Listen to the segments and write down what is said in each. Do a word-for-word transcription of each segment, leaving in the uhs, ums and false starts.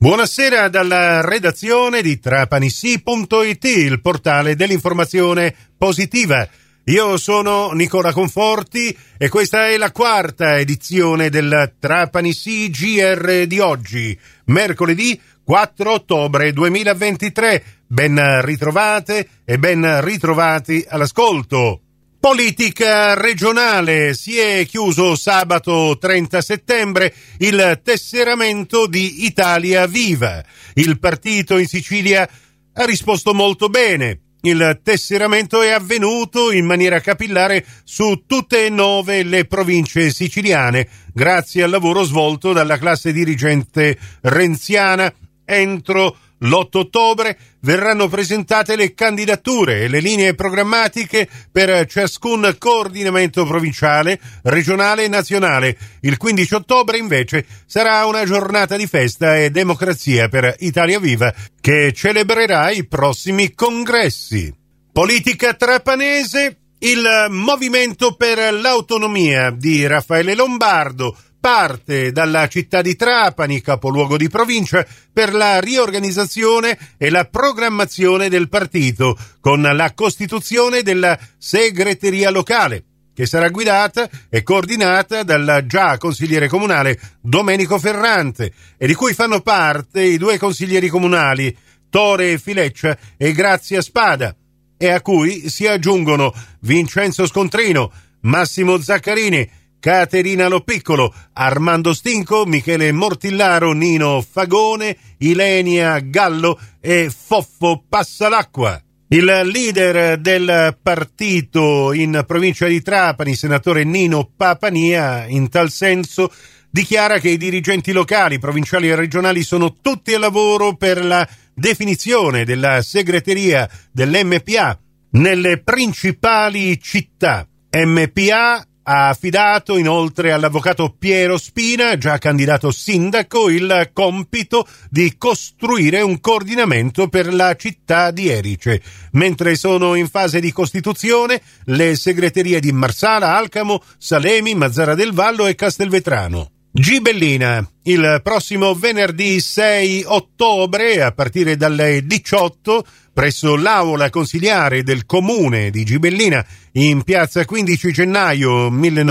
Buonasera dalla redazione di Trapanissi punto it, il portale dell'informazione positiva. Io sono Nicola Conforti e questa è la quarta edizione del Trapanissi G R di oggi, mercoledì quattro ottobre duemilaventitré. Ben ritrovate e ben ritrovati all'ascolto. Politica regionale. Si è chiuso sabato trenta settembre il tesseramento di Italia Viva. Il partito in Sicilia ha risposto molto bene. Il tesseramento è avvenuto in maniera capillare su tutte e nove le province siciliane, grazie al lavoro svolto dalla classe dirigente renziana. Entro l'otto ottobre verranno presentate le candidature e le linee programmatiche per ciascun coordinamento provinciale, regionale e nazionale. Il quindici ottobre invece sarà una giornata di festa e democrazia per Italia Viva, che celebrerà i prossimi congressi. Politica trapanese. Il Movimento per l'Autonomia di Raffaele Lombardo parte dalla città di Trapani, capoluogo di provincia, per la riorganizzazione e la programmazione del partito, con la costituzione della segreteria locale, che sarà guidata e coordinata dal già consigliere comunale Domenico Ferrante, e di cui fanno parte i due consiglieri comunali, Tore Fileccia e Grazia Spada, e a cui si aggiungono Vincenzo Scontrino, Massimo Zaccarini, Caterina Lopiccolo, Armando Stinco, Michele Mortillaro, Nino Fagone, Ilenia Gallo e Foffo Passalacqua. Il leader del partito in provincia di Trapani, senatore Nino Papania, in tal senso dichiara che i dirigenti locali, provinciali e regionali sono tutti a lavoro per la definizione della segreteria dell'M P A nelle principali città. M P A ha affidato inoltre all'avvocato Piero Spina, già candidato sindaco, il compito di costruire un coordinamento per la città di Erice, mentre sono in fase di costituzione le segreterie di Marsala, Alcamo, Salemi, Mazzara del Vallo e Castelvetrano. Gibellina. Il prossimo venerdì sei ottobre, a partire dalle diciotto, presso l'aula consiliare del comune di Gibellina, in piazza quindici gennaio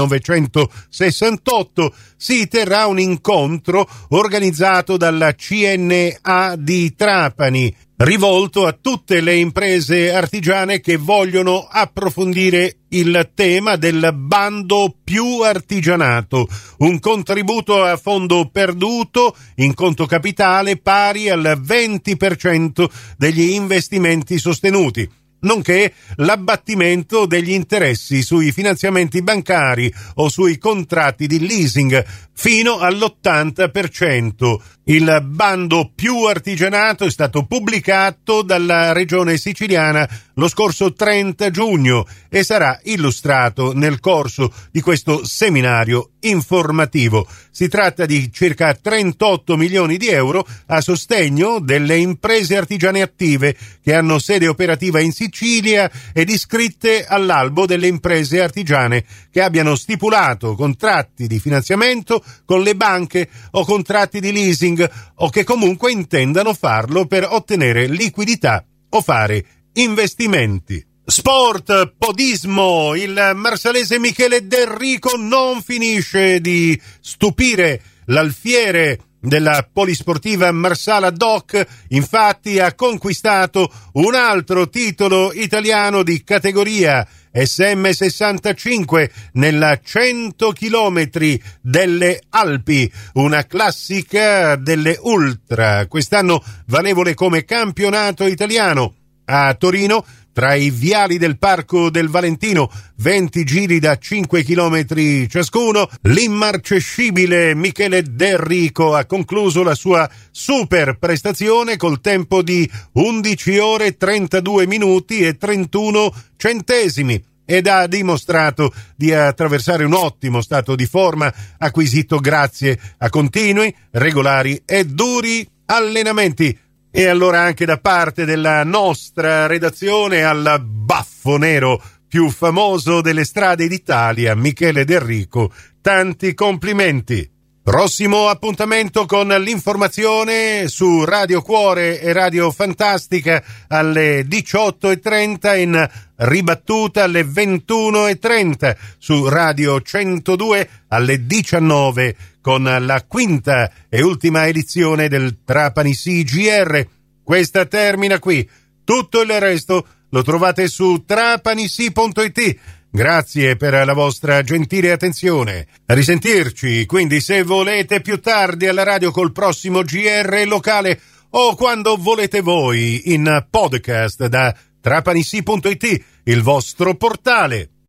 millenovecentosessantotto, si terrà un incontro organizzato dalla C N A di Trapani, rivolto a tutte le imprese artigiane che vogliono approfondire il tema del bando più artigianato, un contributo a fondo perduto in conto capitale pari al venti per cento degli investimenti sostenuti, nonché l'abbattimento degli interessi sui finanziamenti bancari o sui contratti di leasing fino all'ottanta per cento. Il bando più artigianato è stato pubblicato dalla regione siciliana lo scorso trenta giugno e sarà illustrato nel corso di questo seminario informativo. Si tratta di circa trentotto milioni di euro a sostegno delle imprese artigiane attive che hanno sede operativa in Sicilia ed iscritte all'albo delle imprese artigiane che abbiano stipulato contratti di finanziamento con le banche o contratti di leasing o che comunque intendano farlo per ottenere liquidità o fare investimenti. Sport, podismo. Il marsalese Michele Derrico non finisce di stupire l'alfiere della polisportiva Marsala Doc. Infatti ha conquistato un altro titolo italiano di categoria S M sessantacinque nella cento chilometri delle Alpi, una classica delle ultra, quest'anno valevole come campionato italiano. A Torino, tra i viali del Parco del Valentino, venti giri da cinque chilometri ciascuno, l'immarcescibile Michele Derrico ha concluso la sua super prestazione col tempo di undici ore trentadue minuti e trentuno centesimi ed ha dimostrato di attraversare un ottimo stato di forma acquisito grazie a continui, regolari e duri allenamenti. E allora anche da parte della nostra redazione al baffo nero più famoso delle strade d'Italia, Michele Derrico, tanti complimenti. Prossimo appuntamento con l'informazione su Radio Cuore e Radio Fantastica alle diciotto e trenta, in ribattuta alle ventuno e trenta su Radio centodue alle diciannove con la quinta e ultima edizione del Trapani Sì G R. Questa termina qui. Tutto il resto lo trovate su trapanissi punto it. Grazie per la vostra gentile attenzione. A risentirci, quindi, se volete, più tardi alla radio col prossimo G R locale o quando volete voi in podcast da trapanissi punto it, il vostro portale.